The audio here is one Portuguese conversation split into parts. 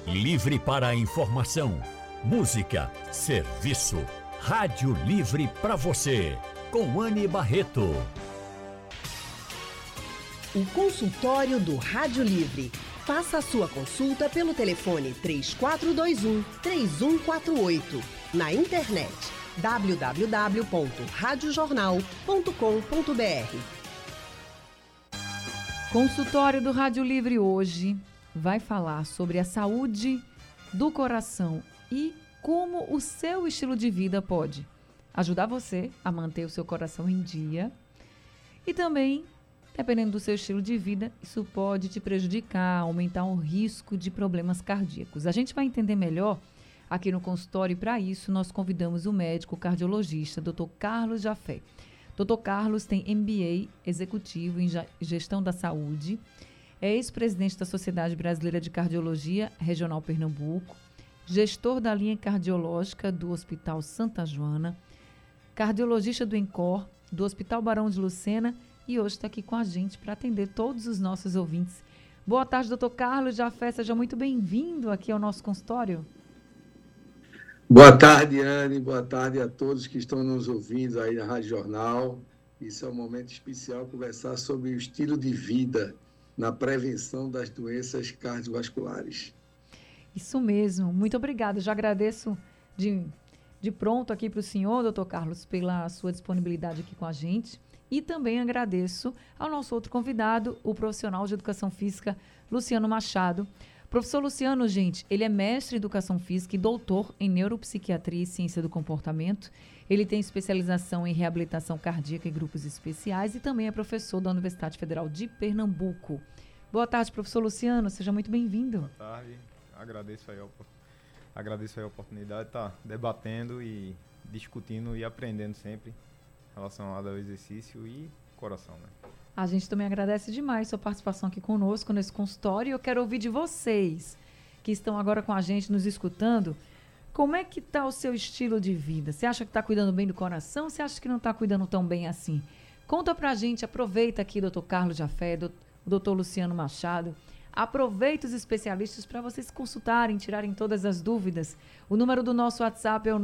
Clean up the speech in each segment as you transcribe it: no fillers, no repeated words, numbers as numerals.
Livre para a informação, música, serviço. Rádio Livre para você, com Anne Barreto. O consultório do Rádio Livre. Faça a sua consulta pelo telefone 3421-3148. Na internet www.radiojornal.com.br. Consultório do Rádio Livre hoje vai falar sobre a saúde do coração e como o seu estilo de vida pode ajudar você a manter o seu coração em dia. E também, dependendo do seu estilo de vida, isso pode te prejudicar, aumentar o risco de problemas cardíacos. A gente vai entender melhor aqui no consultório e para isso nós convidamos o médico cardiologista, Dr. Carlos Jafé. Dr. Carlos tem MBA executivo em gestão da saúde, é ex-presidente da Sociedade Brasileira de Cardiologia Regional Pernambuco, gestor da linha cardiológica do Hospital Santa Joana, cardiologista do ENCOR, do Hospital Barão de Lucena e hoje está aqui com a gente para atender todos os nossos ouvintes. Boa tarde, doutor Carlos Jafé, seja muito bem-vindo aqui ao nosso consultório. Boa tarde, Anne, boa tarde a todos que estão nos ouvindo aí na Rádio Jornal. Isso é um momento especial, conversar sobre o estilo de vida na prevenção das doenças cardiovasculares. Isso mesmo, muito obrigada. Já agradeço de pronto aqui para o senhor, doutor Carlos, pela sua disponibilidade aqui com a gente. E também agradeço ao nosso outro convidado, o profissional de Educação Física, Luciano Machado. Professor Luciano, gente, ele é mestre em Educação Física e doutor em Neuropsiquiatria e Ciência do Comportamento. Ele tem especialização em Reabilitação Cardíaca e Grupos Especiais e também é professor da Universidade Federal de Pernambuco. Boa tarde, professor Luciano, seja muito bem-vindo. Boa tarde, agradeço aí a oportunidade de estar debatendo e discutindo e aprendendo sempre relacionado ao exercício e coração, né? A gente também agradece demais sua participação aqui conosco nesse consultório. Eu quero ouvir de vocês que estão agora com a gente, nos escutando. Como é que está o seu estilo de vida? Você acha que está cuidando bem do coração ou você acha que não está cuidando tão bem assim? Conta pra gente, aproveita aqui, doutor Carlos Jafé, doutor Luciano Machado. Aproveita os especialistas para vocês consultarem, tirarem todas as dúvidas. O número do nosso WhatsApp é o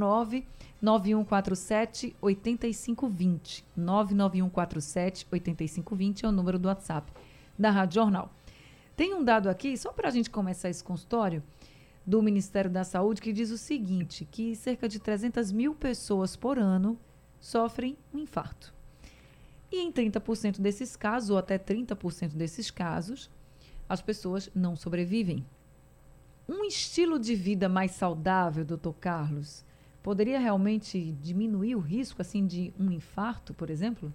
99147-8520. 99147-8520 é o número do WhatsApp da Rádio Jornal. Tem um dado aqui, só para a gente começar esse consultório, do Ministério da Saúde, que diz o seguinte, que cerca de 300 mil pessoas por ano sofrem um infarto. E em 30% desses casos, ou até 30% desses casos, as pessoas não sobrevivem. Um estilo de vida mais saudável, doutor Carlos, poderia realmente diminuir o risco assim, de um infarto, por exemplo?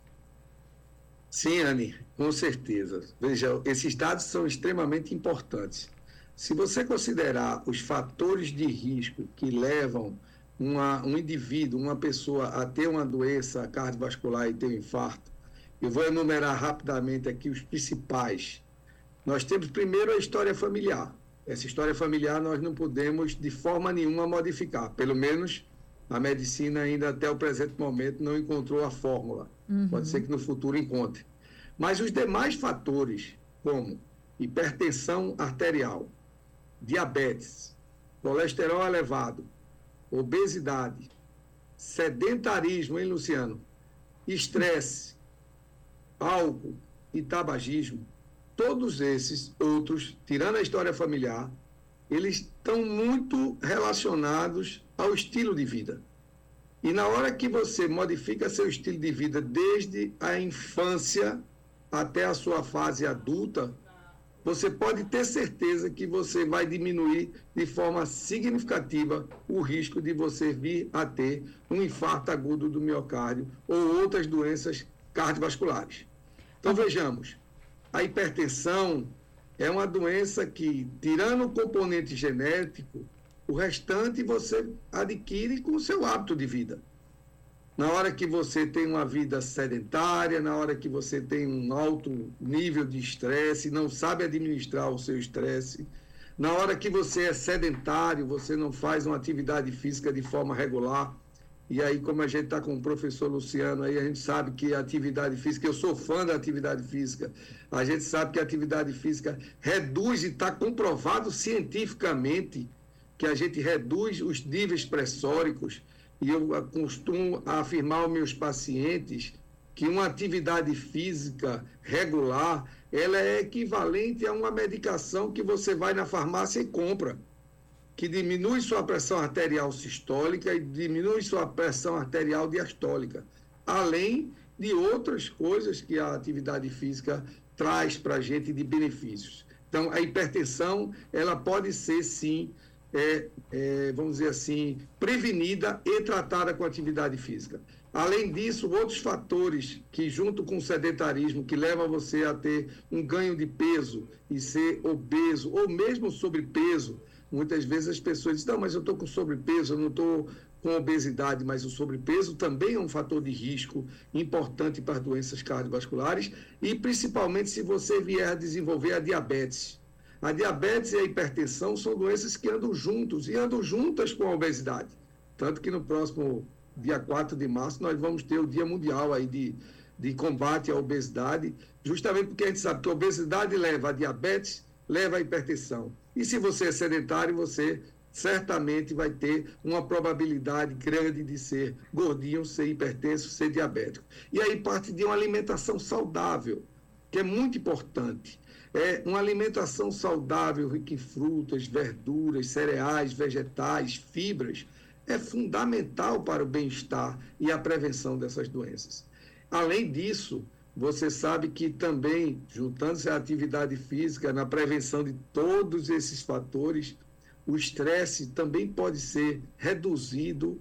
Sim, Anne, com certeza. Veja, esses dados são extremamente importantes. Se você considerar os fatores de risco que levam um indivíduo, uma pessoa a ter uma doença cardiovascular e ter um infarto, eu vou enumerar rapidamente aqui os principais. Nós temos primeiro a história familiar. Essa história familiar nós não podemos de forma nenhuma modificar. Pelo menos a medicina ainda até o presente momento não encontrou a fórmula. Pode ser que no futuro encontre. Mas os demais fatores, como hipertensão arterial, diabetes, colesterol elevado, obesidade, sedentarismo, hein, Luciano? Estresse, álcool e tabagismo, todos esses outros, tirando a história familiar, eles estão muito relacionados ao estilo de vida. E na hora que você modifica seu estilo de vida desde a infância até a sua fase adulta, você pode ter certeza que você vai diminuir de forma significativa o risco de você vir a ter um infarto agudo do miocárdio ou outras doenças cardiovasculares. Então, vejamos, a hipertensão é uma doença que, tirando o componente genético, o restante você adquire com o seu hábito de vida. Na hora que você tem uma vida sedentária, na hora que você tem um alto nível de estresse, não sabe administrar o seu estresse, na hora que você é sedentário, você não faz uma atividade física de forma regular, E aí, como a gente está com o professor Luciano, aí a gente sabe que a atividade física, eu sou fã da atividade física, a gente sabe que a atividade física reduz, e está comprovado cientificamente, que a gente reduz os níveis pressóricos, e eu costumo afirmar aos meus pacientes que uma atividade física regular, ela é equivalente a uma medicação que você vai na farmácia e compra, que diminui sua pressão arterial sistólica e diminui sua pressão arterial diastólica, além de outras coisas que a atividade física traz para a gente de benefícios. Então, a hipertensão, ela pode ser, sim, vamos dizer assim, prevenida e tratada com atividade física. Além disso, outros fatores que, junto com o sedentarismo, que levam você a ter um ganho de peso e ser obeso, ou mesmo sobrepeso. Muitas vezes as pessoas dizem, não, mas eu estou com sobrepeso, eu não estou com obesidade, mas o sobrepeso também é um fator de risco importante para as doenças cardiovasculares, e principalmente se você vier a desenvolver a diabetes. A diabetes e a hipertensão são doenças que andam juntos, e andam juntas com a obesidade. Tanto que no próximo dia 4 de março nós vamos ter o Dia Mundial aí de combate à obesidade, justamente porque a gente sabe que a obesidade leva a diabetes, leva a hipertensão. E se você é sedentário, você certamente vai ter uma probabilidade grande de ser gordinho, ser hipertenso, ser diabético. E aí parte de uma alimentação saudável, que é muito importante. É uma alimentação saudável, rica em frutas, verduras, cereais, vegetais, fibras, é fundamental para o bem-estar e a prevenção dessas doenças. Além disso, você sabe que também, juntando-se à atividade física, na prevenção de todos esses fatores, o estresse também pode ser reduzido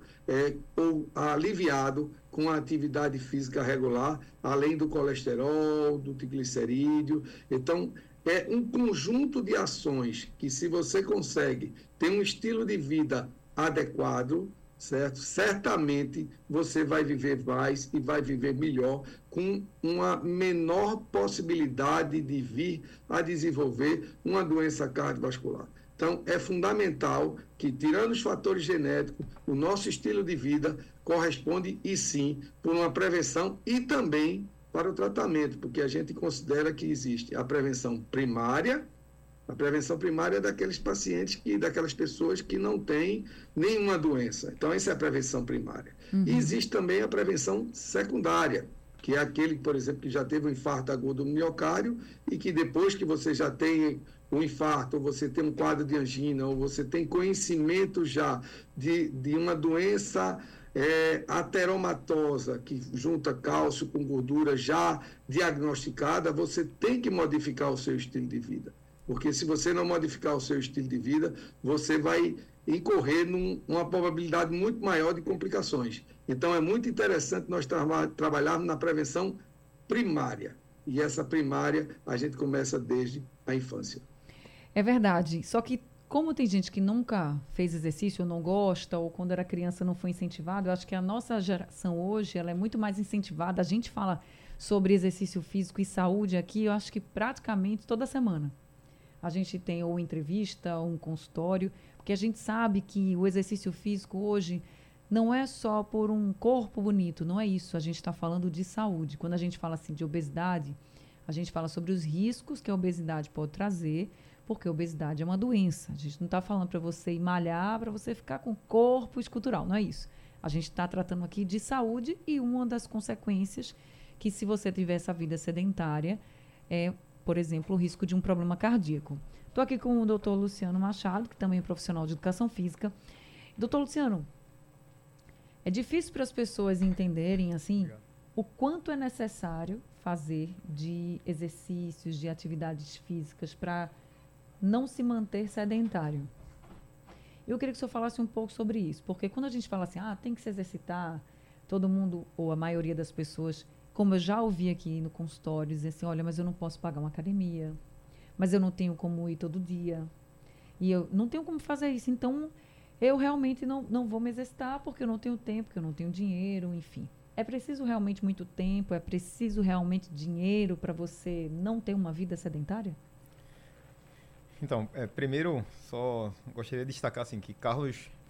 ou aliviado com a atividade física regular, além do colesterol, do triglicerídeo. Então, é um conjunto de ações que, se você consegue ter um estilo de vida adequado, certo? Certamente você vai viver mais e vai viver melhor, com uma menor possibilidade de vir a desenvolver uma doença cardiovascular. Então, é fundamental que, tirando os fatores genéticos, o nosso estilo de vida corresponde, e sim, por uma prevenção e também para o tratamento, porque a gente considera que existe a prevenção primária. A prevenção primária é daqueles pacientes, daquelas pessoas que não têm nenhuma doença. Então, essa é a prevenção primária. Uhum. E existe também a prevenção secundária, que é aquele, por exemplo, que já teve um infarto agudo no miocárdio e que depois que você já tem um infarto, ou você tem um quadro de angina, ou você tem conhecimento já de uma doença ateromatosa, que junta cálcio com gordura já diagnosticada, você tem que modificar o seu estilo de vida. Porque se você não modificar o seu estilo de vida, você vai incorrer numa probabilidade muito maior de complicações. Então, é muito interessante nós trabalharmos na prevenção primária. E essa primária a gente começa desde a infância. É verdade. Só que, como tem gente que nunca fez exercício, ou não gosta, ou quando era criança não foi incentivado, eu acho que a nossa geração hoje ela é muito mais incentivada. A gente fala sobre exercício físico e saúde aqui, eu acho que praticamente toda semana. A gente tem ou entrevista, ou um consultório, porque a gente sabe que o exercício físico hoje não é só por um corpo bonito, não é isso. A gente está falando de saúde. Quando a gente fala assim de obesidade, a gente fala sobre os riscos que a obesidade pode trazer, porque a obesidade é uma doença. A gente não está falando para você ir malhar, para você ficar com corpo escultural, não é isso. A gente está tratando aqui de saúde, e uma das consequências que, se você tiver essa vida sedentária, é, por exemplo, o risco de um problema cardíaco. Estou aqui com o Dr. Luciano Machado, que também é profissional de educação física. Dr. Luciano, é difícil para as pessoas entenderem, assim, o quanto é necessário fazer de exercícios, de atividades físicas para não se manter sedentário. Eu queria que o senhor falasse um pouco sobre isso, porque quando a gente fala assim, tem que se exercitar, todo mundo, ou a maioria das pessoas, como eu já ouvi aqui no consultório, dizer assim, olha, mas eu não posso pagar uma academia, mas eu não tenho como ir todo dia, e eu não tenho como fazer isso, então eu realmente não vou me exercitar porque eu não tenho tempo, porque eu não tenho dinheiro, enfim. É preciso realmente muito tempo, é preciso realmente dinheiro para você não ter uma vida sedentária? Então, primeiro, só gostaria de destacar assim, que Carlos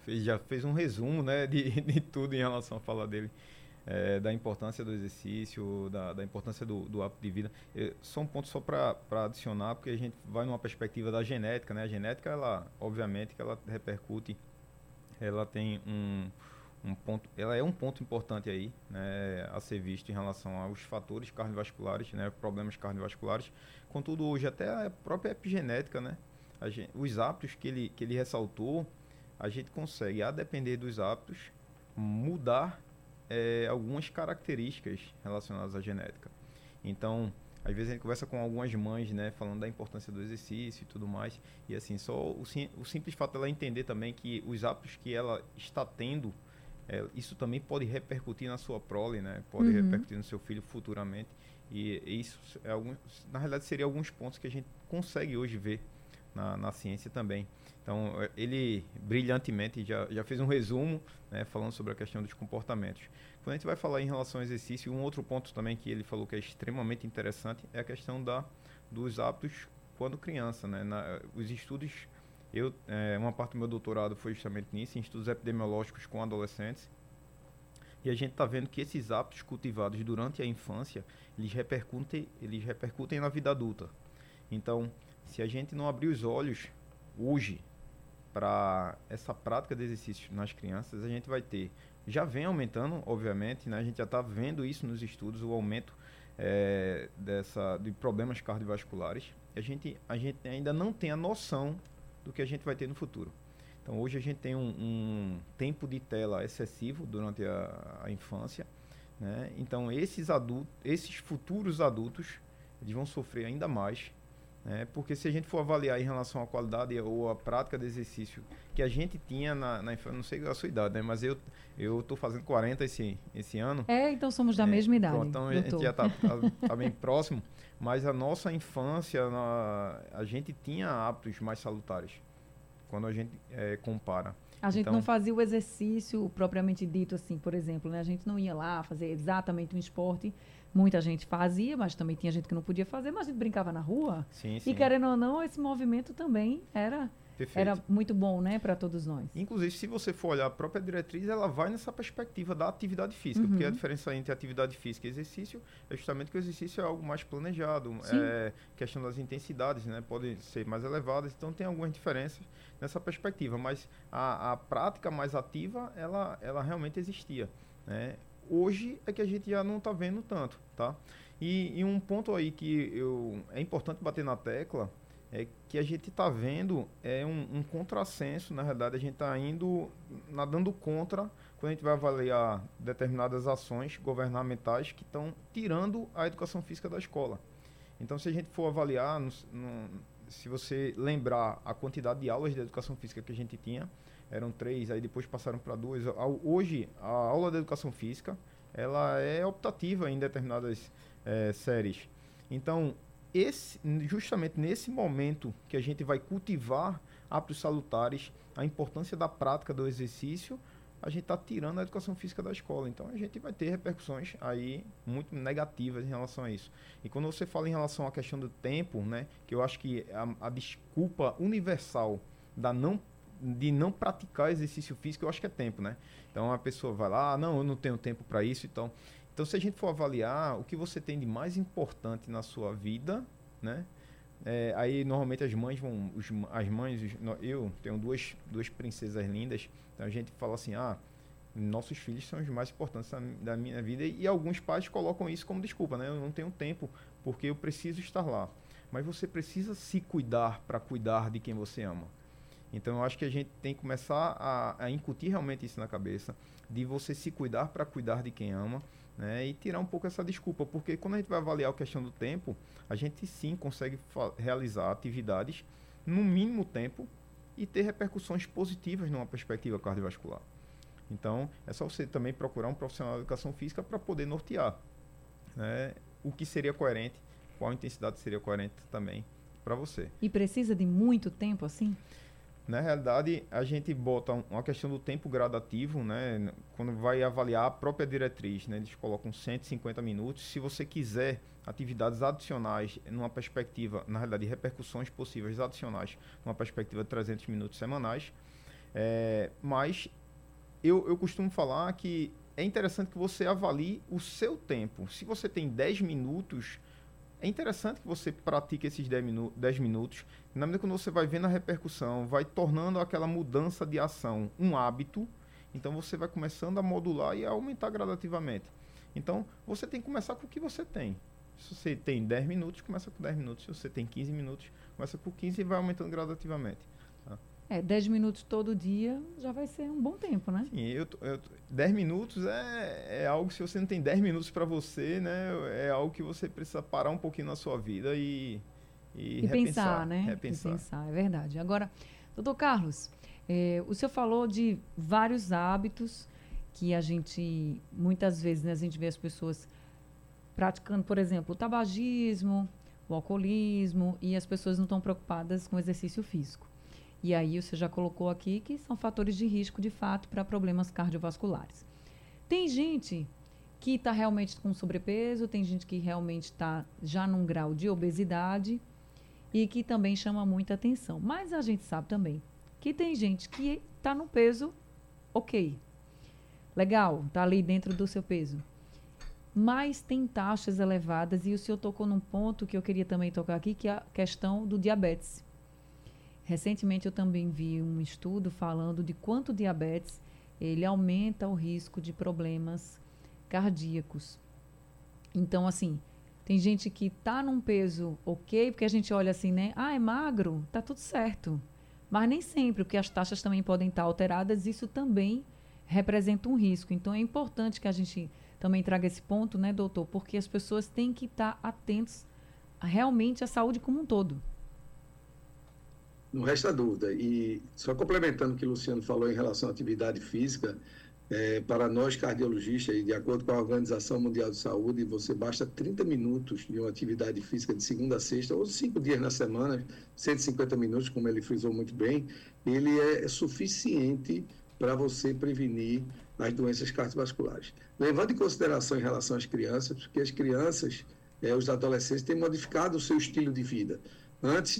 já fez um resumo, né, de tudo em relação à fala dele. Da importância do exercício, da importância do hábito de vida. Só um ponto só para adicionar, porque a gente vai numa perspectiva da genética, né? A genética, ela, obviamente, que ela repercute, ela tem um ponto, ela é um ponto importante aí, né, a ser visto em relação aos fatores cardiovasculares, né, problemas cardiovasculares. Contudo, hoje até a própria epigenética, né, os hábitos que ele ressaltou, a gente consegue, a depender dos hábitos, mudar algumas características relacionadas à genética. Então, às vezes a gente conversa com algumas mães, né, falando da importância do exercício e tudo mais, e assim, só o simples fato dela entender também que os hábitos que ela está tendo, isso também pode repercutir na sua prole, né, pode repercutir no seu filho futuramente, e isso, na realidade, seria alguns pontos que a gente consegue hoje ver na ciência também. Então, ele brilhantemente já fez um resumo, né, falando sobre a questão dos comportamentos. Quando a gente vai falar em relação ao exercício, um outro ponto também que ele falou que é extremamente interessante é a questão dos hábitos quando criança, né? Os estudos, uma parte do meu doutorado foi justamente nisso, em estudos epidemiológicos com adolescentes, e a gente está vendo que esses hábitos cultivados durante a infância, eles repercutem na vida adulta. Então, se a gente não abrir os olhos hoje para essa prática de exercício nas crianças, a gente vai ter, já vem aumentando, obviamente, né? A gente já está vendo isso nos estudos, o aumento de problemas cardiovasculares. A gente ainda não tem a noção do que a gente vai ter no futuro. Então, hoje a gente tem um tempo de tela excessivo durante a infância, né? Então, esses futuros adultos, eles vão sofrer ainda mais, porque se a gente for avaliar em relação à qualidade ou à prática de exercício que a gente tinha na infância, não sei a sua idade, né? Mas eu estou fazendo 40 esse ano. Então somos da mesma idade. Pronto, então doutor, a gente já está bem próximo, mas a nossa infância, a gente tinha hábitos mais salutares, quando a gente compara. A gente não fazia o exercício propriamente dito, assim, por exemplo, né? A gente não ia lá fazer exatamente um esporte. Muita gente fazia, mas também tinha gente que não podia fazer, mas a gente brincava na rua. Sim. E querendo ou não, esse movimento também era muito bom, né, para todos nós. Inclusive, se você for olhar a própria diretriz, ela vai nessa perspectiva da atividade física, porque a diferença entre atividade física e exercício é justamente que o exercício é algo mais planejado, questão das intensidades, né, podem ser mais elevadas, então tem algumas diferenças nessa perspectiva, mas a prática mais ativa, ela realmente existia, né? Hoje é que a gente já não está vendo tanto, tá? E um ponto aí que é importante bater na tecla é que a gente está vendo um contrassenso, na verdade a gente está nadando contra quando a gente vai avaliar determinadas ações governamentais que estão tirando a educação física da escola. Então, se a gente for avaliar, se você lembrar a quantidade de aulas de educação física que a gente tinha, eram 3, aí depois passaram para 2. Hoje, a aula de educação física, ela é optativa em determinadas séries. Então, justamente nesse momento que a gente vai cultivar hábitos salutares, a importância da prática do exercício, a gente está tirando a educação física da escola. Então, a gente vai ter repercussões aí muito negativas em relação a isso. E quando você fala em relação à questão do tempo, né, que eu acho que a desculpa universal de não praticar exercício físico, eu acho que é tempo, né? Então, a pessoa vai lá, não, eu não tenho tempo para isso, então, se a gente for avaliar o que você tem de mais importante na sua vida, né? Aí, normalmente, eu tenho duas princesas lindas, então a gente fala assim, nossos filhos são os mais importantes da minha vida, e alguns pais colocam isso como desculpa, né? Eu não tenho tempo porque eu preciso estar lá. Mas você precisa se cuidar para cuidar de quem você ama. Então, eu acho que a gente tem que começar a incutir realmente isso na cabeça, de você se cuidar para cuidar de quem ama, né? E tirar um pouco essa desculpa, porque quando a gente vai avaliar a questão do tempo, a gente sim consegue realizar atividades no mínimo tempo e ter repercussões positivas numa perspectiva cardiovascular. Então, é só você também procurar um profissional de educação física para poder nortear, né, o que seria coerente, qual intensidade seria coerente também para você. E precisa de muito tempo assim? Na realidade, a gente bota uma questão do tempo gradativo, né? Quando vai avaliar a própria diretriz, né? Eles colocam 150 minutos. Se você quiser atividades adicionais numa perspectiva, na realidade, repercussões possíveis adicionais numa perspectiva de 300 minutos semanais, Mas eu costumo falar que é interessante que você avalie o seu tempo. Se você tem 10 minutos, é interessante que você pratique esses 10 minutos. Na medida que você vai vendo a repercussão, vai tornando aquela mudança de ação um hábito, então você vai começando a modular e a aumentar gradativamente. Então, você tem que começar com o que você tem. Se você tem 10 minutos, começa com 10 minutos. Se você tem 15 minutos, começa com 15 e vai aumentando gradativamente. 10 minutos todo dia já vai ser um bom tempo, né? Sim, 10 minutos é algo, se você não tem 10 minutos para você, né? É algo que você precisa parar um pouquinho na sua vida e repensar, pensar, né? Repensar. E pensar, é verdade. Agora, doutor Carlos, o senhor falou de vários hábitos que a gente, muitas vezes, né, a gente vê as pessoas praticando, por exemplo, o tabagismo, o alcoolismo, e as pessoas não estão preocupadas com o exercício físico. E aí você já colocou aqui que são fatores de risco, de fato, para problemas cardiovasculares. Tem gente que está realmente com sobrepeso, tem gente que realmente está já num grau de obesidade e que também chama muita atenção. Mas a gente sabe também que tem gente que está no peso ok, legal, está ali dentro do seu peso. Mas tem taxas elevadas e o senhor tocou num ponto que eu queria também tocar aqui, que é a questão do diabetes. Recentemente eu também vi um estudo falando de quanto o diabetes ele aumenta o risco de problemas cardíacos. Então, assim, tem gente que está num peso ok, porque a gente olha assim, né? É magro, tá tudo certo. Mas nem sempre, porque as taxas também podem estar alteradas, isso também representa um risco. Então, é importante que a gente também traga esse ponto, né, doutor? Porque as pessoas têm que estar atentas realmente à saúde como um todo. Não resta dúvida. E só complementando o que o Luciano falou em relação à atividade física, para nós cardiologistas, e de acordo com a Organização Mundial de Saúde, você basta 30 minutos de uma atividade física de segunda a sexta, ou 5 dias na semana, 150 minutos, como ele frisou muito bem, ele é suficiente para você prevenir as doenças cardiovasculares. Levando em consideração em relação às crianças, porque as crianças, os adolescentes, têm modificado o seu estilo de vida. Antes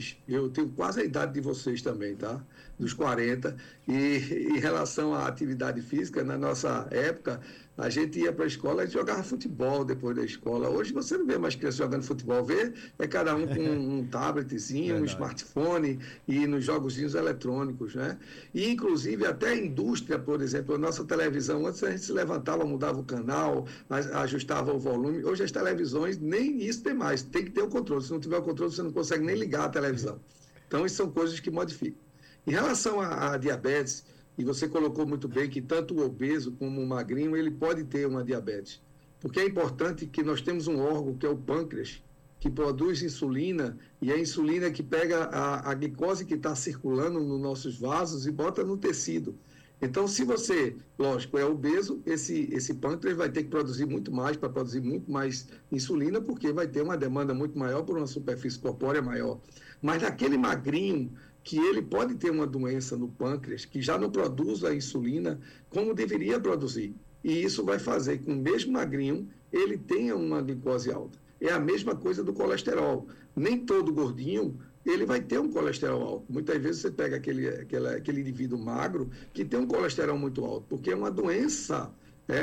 eu tenho quase a idade de vocês também, tá? Dos 40. E em relação à atividade física, na nossa época, a gente ia para a escola e jogava futebol depois da escola. Hoje você não vê mais crianças jogando futebol, é cada um com um tabletzinho, um smartphone e nos jogozinhos eletrônicos, né? E inclusive até a indústria, por exemplo, a nossa televisão, antes a gente se levantava, mudava o canal, ajustava o volume. Hoje as televisões, nem isso tem mais, tem que ter o controle. Se não tiver o controle, você não consegue nem ligar a televisão. Então, isso são coisas que modificam. Em relação à diabetes, e você colocou muito bem que tanto o obeso como o magrinho, ele pode ter uma diabetes. Porque é importante que nós temos um órgão, que é o pâncreas, que produz insulina, e a insulina que pega a glicose que está circulando nos nossos vasos e bota no tecido. Então, se você, lógico, é obeso, esse pâncreas vai ter que produzir muito mais, para produzir muito mais insulina, porque vai ter uma demanda muito maior por uma superfície corpórea maior. Mas naquele magrinho, que ele pode ter uma doença no pâncreas, que já não produz a insulina como deveria produzir. E isso vai fazer com que o mesmo magrinho, ele tenha uma glicose alta. É a mesma coisa do colesterol. Nem todo gordinho, ele vai ter um colesterol alto. Muitas vezes você pega aquele indivíduo magro que tem um colesterol muito alto, porque é uma doença,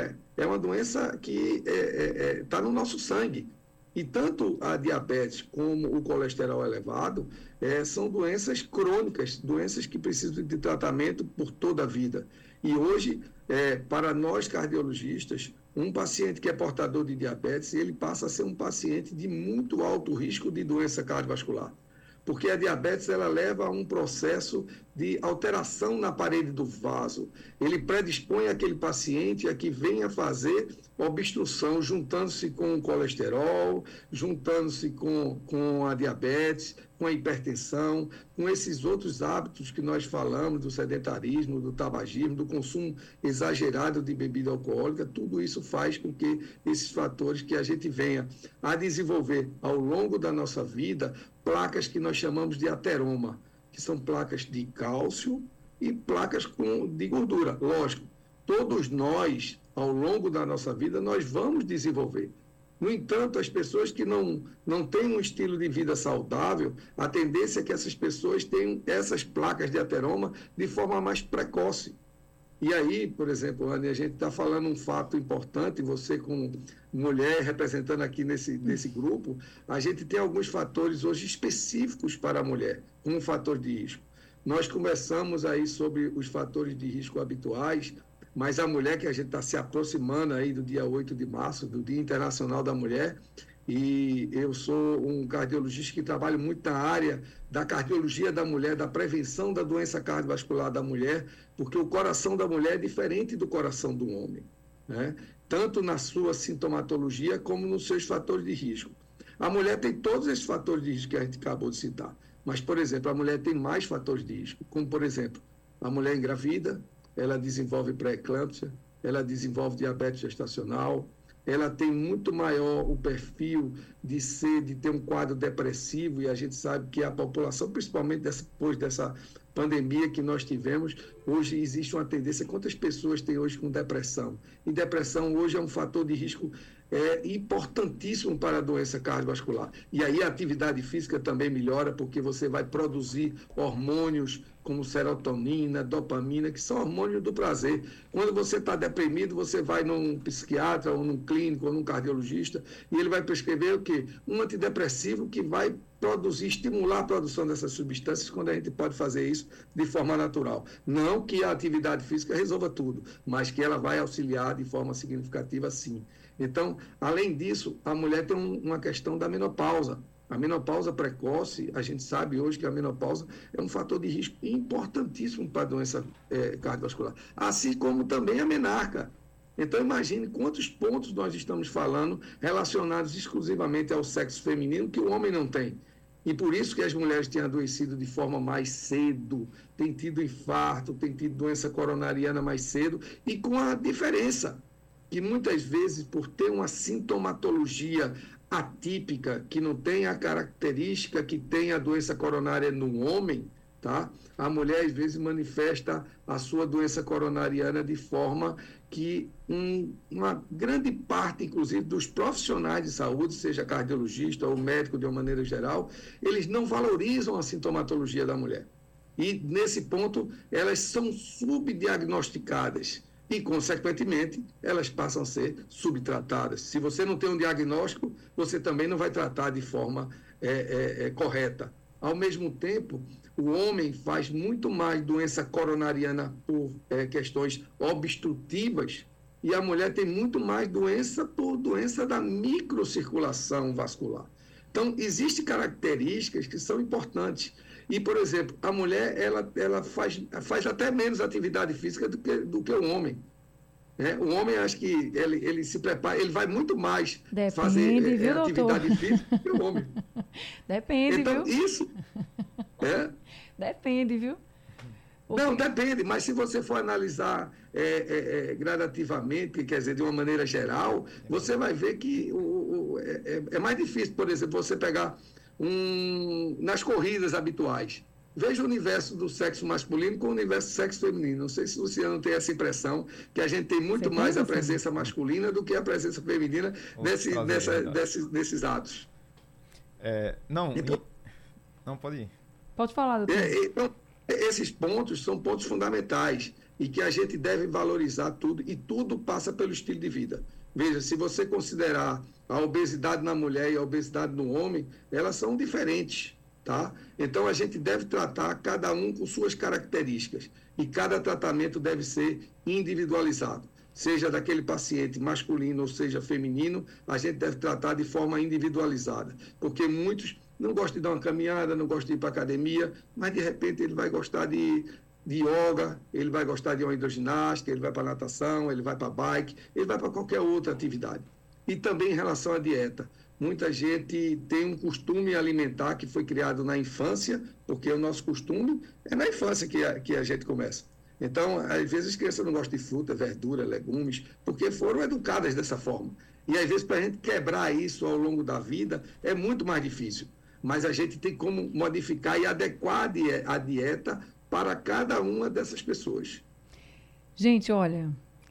é uma doença que está no nosso sangue. E tanto a diabetes como o colesterol elevado são doenças crônicas, doenças que precisam de tratamento por toda a vida. E hoje, para nós cardiologistas, um paciente que é portador de diabetes, ele passa a ser um paciente de muito alto risco de doença cardiovascular. Porque a diabetes ela leva a um processo de alteração na parede do vaso. Ele predispõe aquele paciente a que venha fazer obstrução, juntando-se com o colesterol, juntando-se com a diabetes, com a hipertensão, com esses outros hábitos que nós falamos, do sedentarismo, do tabagismo, do consumo exagerado de bebida alcoólica. Tudo isso faz com que esses fatores que a gente venha a desenvolver ao longo da nossa vida, placas que nós chamamos de ateroma, que são placas de cálcio e placas de gordura. Lógico, todos nós, ao longo da nossa vida, nós vamos desenvolver. No entanto, as pessoas que não têm um estilo de vida saudável, a tendência é que essas pessoas tenham essas placas de ateroma de forma mais precoce. E aí, por exemplo, Anny, a gente está falando um fato importante, você como mulher representando aqui nesse grupo, a gente tem alguns fatores hoje específicos para a mulher, como fator de risco. Nós conversamos aí sobre os fatores de risco habituais, mas a mulher, que a gente está se aproximando aí do dia 8 de março, do Dia Internacional da Mulher, e eu sou um cardiologista que trabalho muito na área da cardiologia da mulher, da prevenção da doença cardiovascular da mulher, porque o coração da mulher é diferente do coração do homem, né? Tanto na sua sintomatologia como nos seus fatores de risco. A mulher tem todos esses fatores de risco que a gente acabou de citar, mas, por exemplo, a mulher tem mais fatores de risco, como, por exemplo, a mulher engravida, ela desenvolve pré-eclâmpsia, ela desenvolve diabetes gestacional, ela tem muito maior o perfil de ter um quadro depressivo, e a gente sabe que a população, principalmente depois dessa pandemia que nós tivemos, hoje existe uma tendência, quantas pessoas tem hoje com depressão? E depressão hoje é um fator de risco importantíssimo para a doença cardiovascular. E aí a atividade física também melhora, porque você vai produzir hormônios como serotonina, dopamina, que são hormônios do prazer. Quando você está deprimido, você vai num psiquiatra, ou num clínico, ou num cardiologista, e ele vai prescrever o quê? Um antidepressivo que vai estimular a produção dessas substâncias, quando a gente pode fazer isso de forma natural. Não que a atividade física resolva tudo, mas que ela vai auxiliar de forma significativa, sim. Então, além disso, a mulher tem uma questão da menopausa. A menopausa precoce, a gente sabe hoje que a menopausa é um fator de risco importantíssimo para a doença cardiovascular, assim como também a menarca. Então, imagine quantos pontos nós estamos falando relacionados exclusivamente ao sexo feminino que o homem não tem. E por isso que as mulheres têm adoecido de forma mais cedo, têm tido infarto, têm tido doença coronariana mais cedo, e com a diferença que muitas vezes, por ter uma sintomatologia atípica, que não tem a característica que tem a doença coronária no homem, tá? A mulher às vezes manifesta a sua doença coronariana de forma que uma grande parte, inclusive, dos profissionais de saúde, seja cardiologista ou médico de uma maneira geral, eles não valorizam a sintomatologia da mulher. E, nesse ponto, elas são subdiagnosticadas. E, consequentemente, elas passam a ser subtratadas. Se você não tem um diagnóstico, você também não vai tratar de forma correta. Ao mesmo tempo, o homem faz muito mais doença coronariana por questões obstrutivas, e a mulher tem muito mais doença por doença da microcirculação vascular. Então, existem características que são importantes. E, por exemplo, a mulher ela faz até menos atividade física do que o homem. O homem, acho que ele se prepara, ele vai muito mais fazer atividade física do que o homem. Depende, então, viu? Isso... Depende, viu? Não, depende, mas se você for analisar gradativamente, quer dizer, de uma maneira geral, você vai ver que é mais difícil, por exemplo, você pegar nas corridas habituais. Veja o universo do sexo masculino com o universo do sexo feminino. Não sei se o Luciano tem essa impressão, que a gente tem muito mais a presença masculina do que a presença feminina desses atos. Não, pode ir. Pode falar, doutor. Então, esses pontos são pontos fundamentais e que a gente deve valorizar tudo, e tudo passa pelo estilo de vida. Veja, se você considerar a obesidade na mulher e a obesidade no homem, elas são diferentes, tá? Então, a gente deve tratar cada um com suas características, e cada tratamento deve ser individualizado. Seja daquele paciente masculino ou seja feminino, a gente deve tratar de forma individualizada, porque muitos não gostam de dar uma caminhada, não gostam de ir para a academia, mas de repente ele vai gostar de yoga, ele vai gostar de uma hidroginástica, ele vai para a natação, ele vai para a bike, ele vai para qualquer outra atividade. E também em relação à dieta. Muita gente tem um costume alimentar que foi criado na infância, porque o nosso costume é na infância que a gente começa. Então, às vezes as crianças não gostam de fruta, verdura, legumes, porque foram educadas dessa forma. E às vezes para a gente quebrar isso ao longo da vida é muito mais difícil. Mas a gente tem como modificar e adequar a dieta para cada uma dessas pessoas. Gente, olha,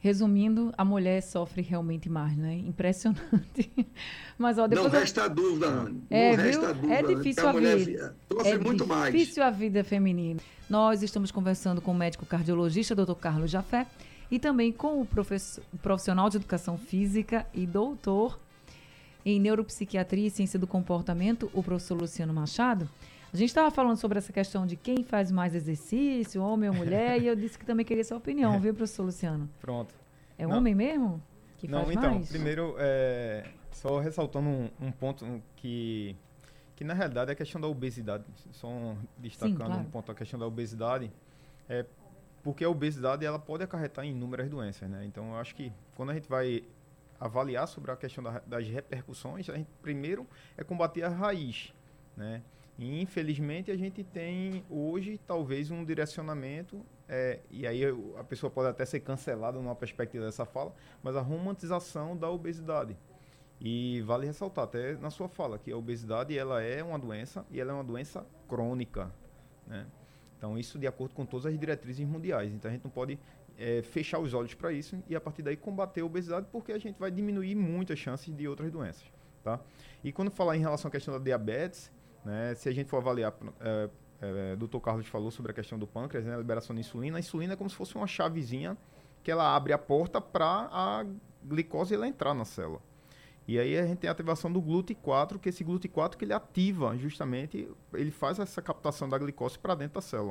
Resumindo, a mulher sofre realmente mais, né? Impressionante. Mas, ó, depois Não resta dúvida, Anne. É, Não resta viu? dúvida, É Anne, difícil que a mulher vida. sofre muito mais. É difícil a vida feminina. Nós estamos conversando com o médico cardiologista, Dr. Carlos Jafé, e também com o profissional de educação física e doutor em neuropsiquiatria e ciência do comportamento, o professor Luciano Machado. A gente estava falando sobre essa questão de quem faz mais exercício, homem ou mulher, e eu disse que também queria sua opinião, viu, professor Luciano? Pronto. É homem mesmo que faz então, mais? primeiro, só ressaltando um ponto que na realidade é a questão da obesidade, só destacando claro. um ponto, a questão da obesidade, porque a obesidade ela pode acarretar em inúmeras doenças, né? Então, eu acho que quando a gente vai avaliar sobre a questão das repercussões, a gente primeiro é combater a raiz, né? E, infelizmente, a gente tem hoje talvez um direcionamento, e aí a pessoa pode até ser cancelada numa perspectiva dessa fala, mas a romantização da obesidade. E vale ressaltar até na sua fala que a obesidade ela é uma doença e ela é uma doença crônica, né? Então, isso de acordo com todas as diretrizes mundiais. Então, a gente não pode fechar os olhos para isso e, a partir daí, combater a obesidade, porque a gente vai diminuir muito as chances de outras doenças, tá? E quando falar em relação à questão da diabetes, né, se a gente for avaliar, Dr. Carlos falou sobre a questão do pâncreas, né, a liberação de insulina. A insulina é como se fosse uma chavezinha que ela abre a porta para a glicose ela entrar na célula. E aí a gente tem a ativação do GLUT4, que esse GLUT4 que ele ativa justamente, ele faz essa captação da glicose para dentro da célula.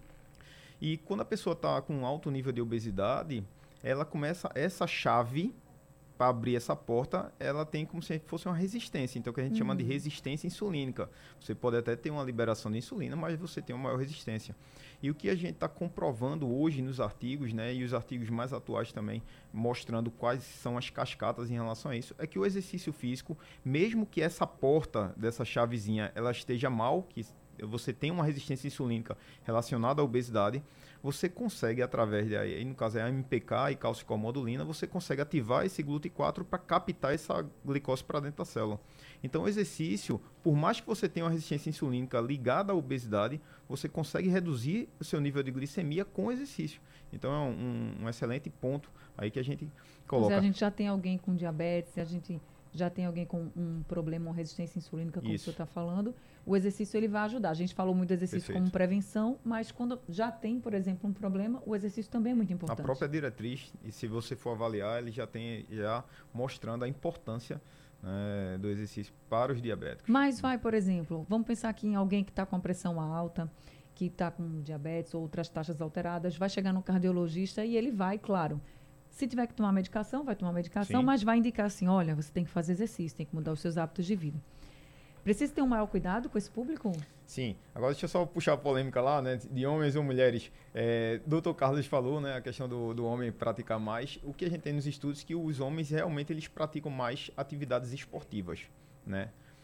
E quando a pessoa está com um alto nível de obesidade, ela começa, essa chave para abrir essa porta, ela tem como se fosse uma resistência, então que a gente chama de resistência insulínica. Você pode até ter uma liberação de insulina, mas você tem uma maior resistência. E o que a gente está comprovando hoje nos artigos, né, e os artigos mais atuais também, mostrando quais são as cascatas em relação a isso, é que o exercício físico, mesmo que essa porta dessa chavezinha ela esteja mal, que você tem uma resistência insulínica relacionada à obesidade, você consegue, através de, aí, no caso é a MPK e calcicomodulina, você consegue ativar esse GLUT4 para captar essa glicose para dentro da célula. Então, o exercício, por mais que você tenha uma resistência insulínica ligada à obesidade, você consegue reduzir o seu nível de glicemia com o exercício. Então, é um excelente ponto aí que a gente coloca. Se a gente já tem alguém com diabetes, se a gente já tem alguém com um problema, uma resistência insulínica, como o senhor está falando, o exercício ele vai ajudar. A gente falou muito do exercício Perfeito. como prevenção, mas quando já tem, por exemplo, um problema, o exercício também é muito importante. A própria diretriz, e se você for avaliar, ele já tem mostrando a importância, né, do exercício para os diabéticos. Mas vai, por exemplo, vamos pensar aqui em alguém que está com a pressão alta, que está com diabetes ou outras taxas alteradas, vai chegar no cardiologista e ele vai, claro, se tiver que tomar medicação, vai tomar medicação, Sim. mas vai indicar assim, olha, você tem que fazer exercício, tem que mudar os seus hábitos de vida. Precisa ter um maior cuidado com esse público? Sim. Agora deixa eu só puxar a polêmica lá, né, de homens ou mulheres. Dr. Carlos falou, né, a questão do homem praticar mais. O que a gente tem nos estudos é que os homens realmente eles praticam mais atividades esportivas, né?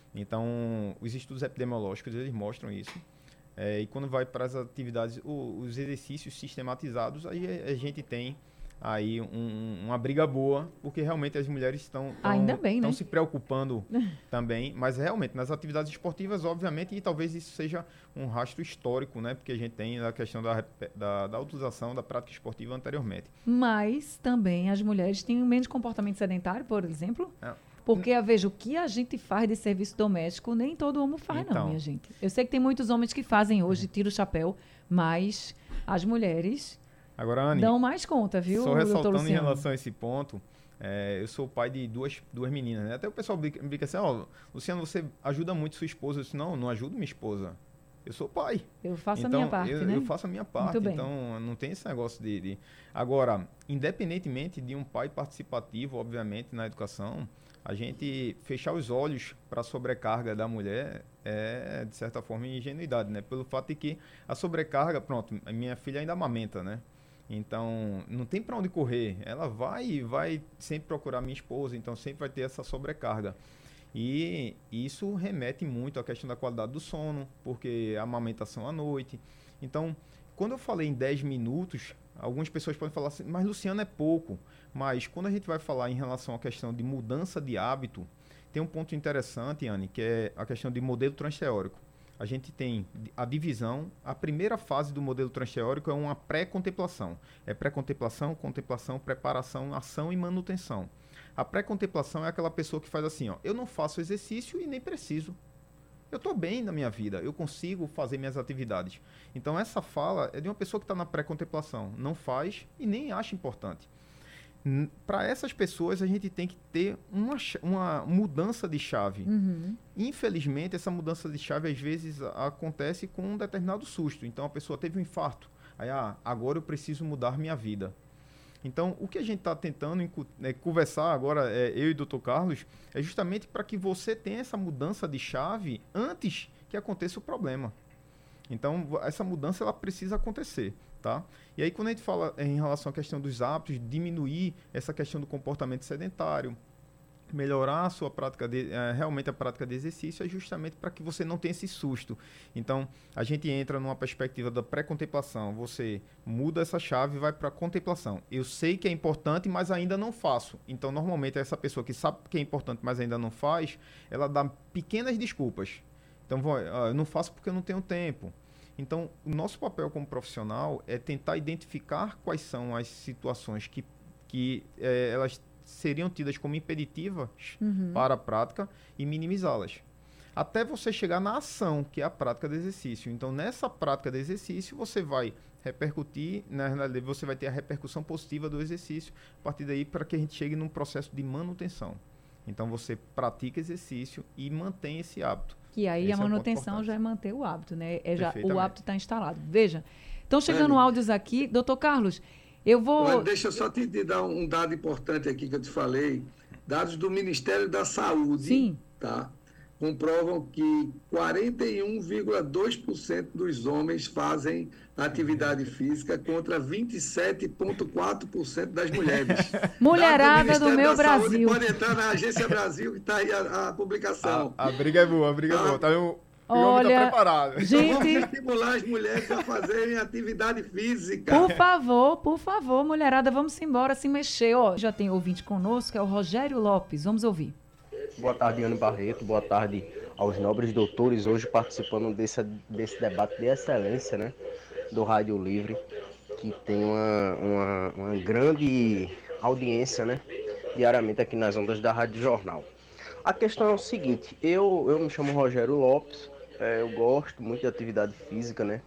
Então, os estudos epidemiológicos eles mostram isso. E quando vai para as atividades, os exercícios sistematizados, aí a gente tem aí uma briga boa, porque realmente as mulheres estão né? se preocupando também, mas realmente nas atividades esportivas, obviamente, e talvez isso seja um rastro histórico, né? Porque a gente tem a questão da utilização da prática esportiva anteriormente. Mas também as mulheres têm menos comportamento sedentário, por exemplo? Porque, veja, o que a gente faz de serviço doméstico, nem todo homem faz, não, minha gente. Eu sei que tem muitos homens que fazem hoje, tira o chapéu, mas as mulheres... Agora, Anne, dão mais conta, viu, só ressaltando em Luciano? relação a esse ponto, eu sou pai de duas meninas, né? Até o pessoal brinca assim, Luciano, você ajuda muito sua esposa. Eu disse, não ajudo minha esposa. Eu sou pai. Eu faço a minha parte, né? Eu faço a minha parte, Muito bem. então não tem esse negócio de... Agora, independentemente de um pai participativo, obviamente, na educação, a gente fechar os olhos para a sobrecarga da mulher é, de certa forma, ingenuidade, né? Pelo fato de que a sobrecarga, pronto, a minha filha ainda amamenta, né? Então, não tem para onde correr. Ela vai sempre procurar minha esposa, então sempre vai ter essa sobrecarga. E isso remete muito à questão da qualidade do sono, porque a amamentação à noite. Então, quando eu falei em 10 minutos, algumas pessoas podem falar assim, mas Luciano é pouco. Mas quando a gente vai falar em relação à questão de mudança de hábito, tem um ponto interessante, Anne, que é a questão de modelo transteórico. a gente tem a divisão. A primeira fase do modelo transteórico é uma pré-contemplação. É pré-contemplação, contemplação, preparação, ação e manutenção. A pré-contemplação é aquela pessoa que faz assim, ó, eu não faço exercício e nem preciso. Eu estou bem na minha vida, eu consigo fazer minhas atividades. Então, essa fala é de uma pessoa que está na pré-contemplação, não faz e nem acha importante. Para essas pessoas, a gente tem que ter uma mudança de chave. Infelizmente, essa mudança de chave, às vezes, acontece com um determinado susto. Então, a pessoa teve um infarto. Aí, agora eu preciso mudar minha vida. Então, o que a gente está tentando conversar agora, eu e o Dr. Carlos, é justamente para que você tenha essa mudança de chave antes que aconteça o problema. Então, essa mudança ela precisa acontecer, tá? E aí, quando a gente fala em relação à questão dos hábitos, diminuir essa questão do comportamento sedentário, melhorar a sua prática, realmente a prática de exercício, é justamente para que você não tenha esse susto. Então, a gente entra numa perspectiva da pré-contemplação, você muda essa chave e vai para a contemplação. Eu sei que é importante, mas ainda não faço. Então, normalmente, essa pessoa que sabe que é importante, mas ainda não faz, ela dá pequenas desculpas. Então, eu não faço porque eu não tenho tempo. Então, o nosso papel como profissional é tentar identificar quais são as situações que elas seriam tidas como impeditivas para a prática e minimizá-las. Até você chegar na ação, que é a prática do exercício. Então, nessa prática do exercício, você vai repercutir, na realidade, você vai ter a repercussão positiva do exercício, a partir daí, para que a gente chegue num processo de manutenção. Então, você pratica exercício e mantém esse hábito. Que aí a manutenção já é manter o hábito, né? O hábito está instalado. Veja, estão chegando áudios aqui. Doutor Carlos, eu vou... Mas deixa eu só te dar um dado importante aqui que eu te falei. Dados do Ministério da Saúde. Sim. Tá? Comprovam que 41,2% dos homens fazem atividade física contra 27,4% das mulheres. Mulherada do meu Brasil. Pode entrar na Agência Brasil, que está aí a publicação. A briga é boa, Tá, olha, tá preparado. Gente, vamos estimular as mulheres a fazerem atividade física. Por favor, mulherada, vamos embora se mexer. Já tem ouvinte conosco, é o Rogério Lopes. Vamos ouvir. Boa tarde, Ana Barreto. Boa tarde aos nobres doutores, hoje participando desse debate de excelência, né, do Rádio Livre, que tem uma grande audiência, né, diariamente aqui nas ondas da Rádio Jornal. A questão é o seguinte, eu me chamo Rogério Lopes, eu gosto muito de atividade física, né,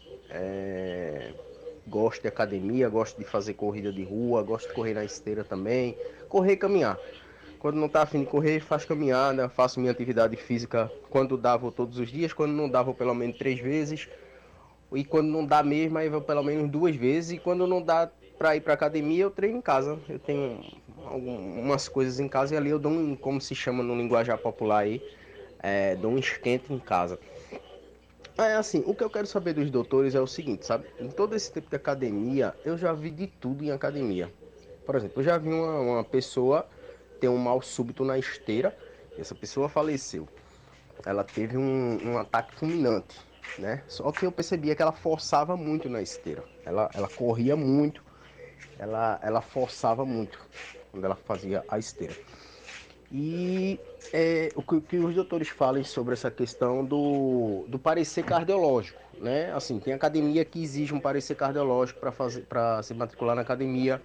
gosto de academia, gosto de fazer corrida de rua, gosto de correr na esteira também, correr e caminhar. Quando não está a fim de correr, faço caminhada, faço minha atividade física quando dá, vou todos os dias, quando não dá, vou pelo menos 3 vezes. E quando não dá mesmo, aí vou pelo menos 2 vezes. E quando não dá para ir para academia, eu treino em casa. Eu tenho algumas coisas em casa e ali eu dou como se chama no linguajar popular aí, dou um esquento em casa. Assim, o que eu quero saber dos doutores é o seguinte, sabe? Em todo esse tempo de academia, eu já vi de tudo em academia. Por exemplo, eu já vi uma pessoa ter um mal súbito na esteira, e essa pessoa faleceu. Ela teve um ataque fulminante, né? Só que eu percebia que ela forçava muito na esteira. Ela corria muito, ela forçava muito quando ela fazia a esteira. E o que os doutores falem sobre essa questão do parecer cardiológico, né? Assim, tem academia que exige um parecer cardiológico para se matricular na academia.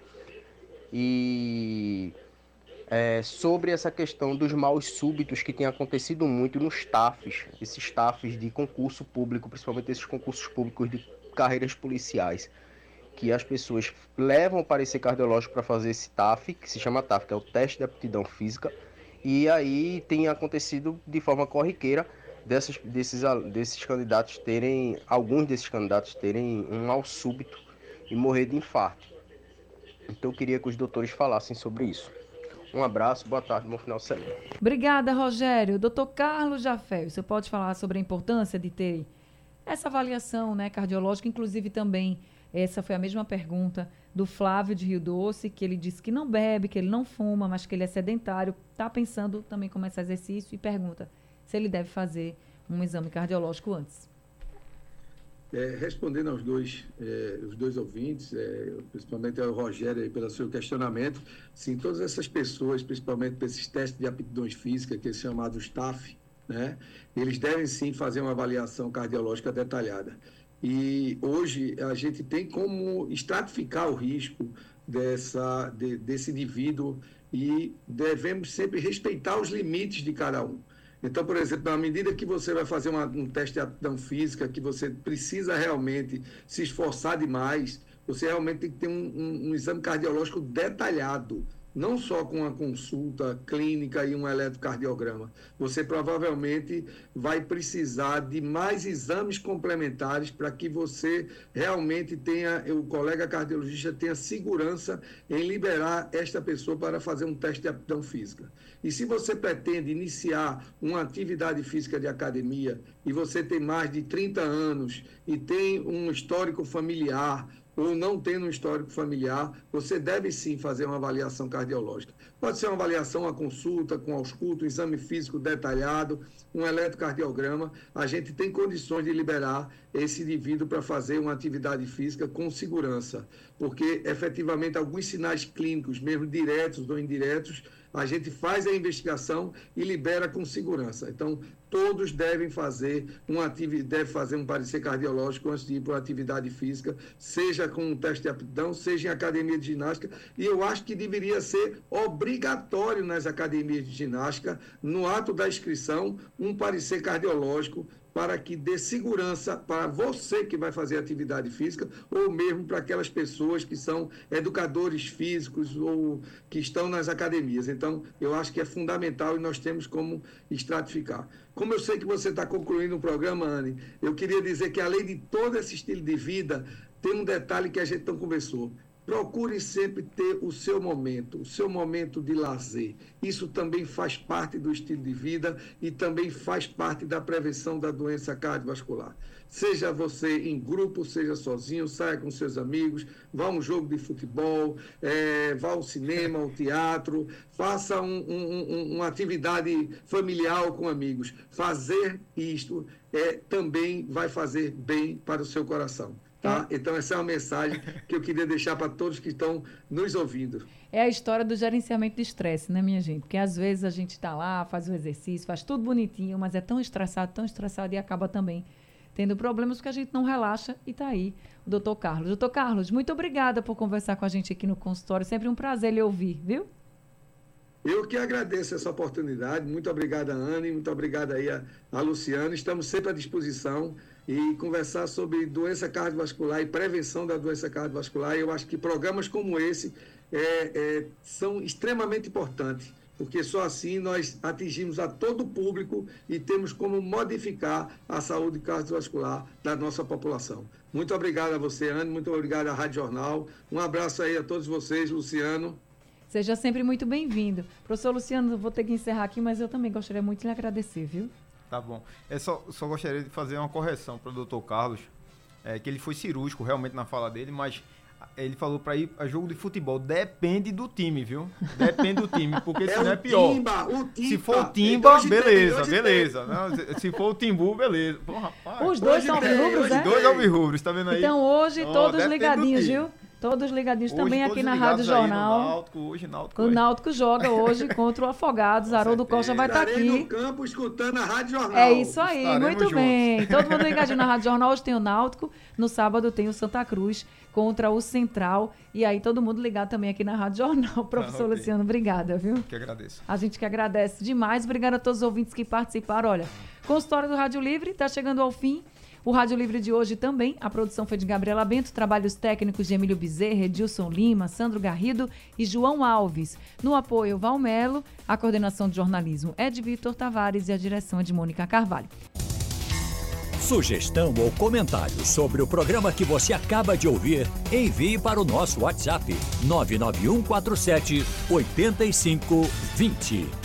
E sobre essa questão dos maus súbitos que tem acontecido muito nos TAFs, esses TAFs de concurso público, principalmente esses concursos públicos de carreiras policiais, que as pessoas levam o parecer cardiológico para fazer esse TAF, que se chama TAF, que é o teste de aptidão física, e aí tem acontecido de forma corriqueira alguns desses candidatos terem um mal súbito e morrer de infarto. Então eu queria que os doutores falassem sobre isso. Um abraço, boa tarde, bom final de semana. Obrigada, Rogério. Doutor Carlos Jafé, você pode falar sobre a importância de ter essa avaliação, né, cardiológica, inclusive também, essa foi a mesma pergunta do Flávio de Rio Doce, que ele disse que não bebe, que ele não fuma, mas que ele é sedentário, está pensando também em começar exercício e pergunta se ele deve fazer um exame cardiológico antes. Respondendo aos os dois ouvintes, principalmente ao Rogério aí, pelo seu questionamento, sim, todas essas pessoas, principalmente para esses testes de aptidões físicas, que é chamado TAF, né? Eles devem sim fazer uma avaliação cardiológica detalhada. E hoje a gente tem como estratificar o risco desse indivíduo e devemos sempre respeitar os limites de cada um. Então, por exemplo, à medida que você vai fazer um teste de aptidão física, que você precisa realmente se esforçar demais, você realmente tem que ter um exame cardiológico detalhado, não só com uma consulta clínica e um eletrocardiograma. Você provavelmente vai precisar de mais exames complementares para que você realmente tenha, o colega cardiologista tenha segurança em liberar esta pessoa para fazer um teste de aptidão física. E se você pretende iniciar uma atividade física de academia e você tem mais de 30 anos e tem um histórico familiar, ou não tendo um histórico familiar, você deve sim fazer uma avaliação cardiológica. Pode ser uma avaliação, uma consulta com ausculto, um exame físico detalhado, um eletrocardiograma. A gente tem condições de liberar esse indivíduo para fazer uma atividade física com segurança, porque efetivamente alguns sinais clínicos, mesmo diretos ou indiretos, a gente faz a investigação e libera com segurança. Então, todos devem fazer um parecer cardiológico antes de ir para uma atividade física, seja com um teste de aptidão, seja em academia de ginástica, e eu acho que deveria ser obrigatório nas academias de ginástica, no ato da inscrição, um parecer cardiológico, para que dê segurança para você que vai fazer atividade física, ou mesmo para aquelas pessoas que são educadores físicos ou que estão nas academias. Então, eu acho que é fundamental e nós temos como estratificar. Como eu sei que você está concluindo o programa, Anne, eu queria dizer que, além de todo esse estilo de vida, tem um detalhe que a gente não conversou. Procure sempre ter o seu momento de lazer. Isso também faz parte do estilo de vida e também faz parte da prevenção da doença cardiovascular. Seja você em grupo, seja sozinho, saia com seus amigos, vá a um jogo de futebol, vá ao cinema, ao teatro, faça uma atividade familiar com amigos. Fazer isto também vai fazer bem para o seu coração. Tá? Então, essa é uma mensagem que eu queria deixar para todos que estão nos ouvindo. É a história do gerenciamento de estresse, né, minha gente? Porque às vezes a gente está lá, faz o exercício, faz tudo bonitinho, mas é tão estressado e acaba também tendo problemas porque a gente não relaxa e está aí o doutor Carlos. Doutor Carlos, muito obrigada por conversar com a gente aqui no consultório. Sempre um prazer lhe ouvir, viu? Eu que agradeço essa oportunidade. Muito obrigado, Anne. Muito obrigado aí a Luciano. Estamos sempre à disposição e conversar sobre doença cardiovascular e prevenção da doença cardiovascular. Eu acho que programas como esse são extremamente importantes, porque só assim nós atingimos a todo o público e temos como modificar a saúde cardiovascular da nossa população. Muito obrigado a você, Anne. Muito obrigado à Rádio Jornal. Um abraço aí a todos vocês, Luciano. Seja sempre muito bem-vindo. Professor Luciano, eu vou ter que encerrar aqui, mas eu também gostaria muito de lhe agradecer, viu? Tá bom. Eu só gostaria de fazer uma correção para o doutor Carlos, que ele foi cirúrgico realmente na fala dele, mas ele falou para ir a jogo de futebol. Depende do time, viu? Depende do time, porque senão é pior. O Timba. Se for o Timba, beleza. Não, se for o Timbu, beleza. Pô, rapaz, os dois são alvirrubros, né? Os dois alvirrubros, tá vendo aí? Então hoje todos ligadinhos, viu? Todos ligadinhos hoje, também aqui na Rádio Jornal. O Náutico joga hoje contra o Afogados. Haroldo Costa vai estar aqui. no campo escutando a Rádio Jornal. É isso aí, estaremos muito juntos. bem. Todo mundo ligadinho na Rádio Jornal. Hoje tem o Náutico, no sábado tem o Santa Cruz contra o Central. E aí todo mundo ligado também aqui na Rádio Jornal. Professor Luciano, obrigada, viu? Que agradeço. A gente que agradece demais. Obrigada a todos os ouvintes que participaram. Olha, consultório do Rádio Livre está chegando ao fim. O Rádio Livre de hoje também, a produção foi de Gabriela Bento, trabalhos técnicos de Emílio Bezerra, Edilson Lima, Sandro Garrido e João Alves. No apoio, Valmelo, a coordenação de jornalismo é de Vitor Tavares e a direção é de Mônica Carvalho. Sugestão ou comentário sobre o programa que você acaba de ouvir, envie para o nosso WhatsApp 99147 8520.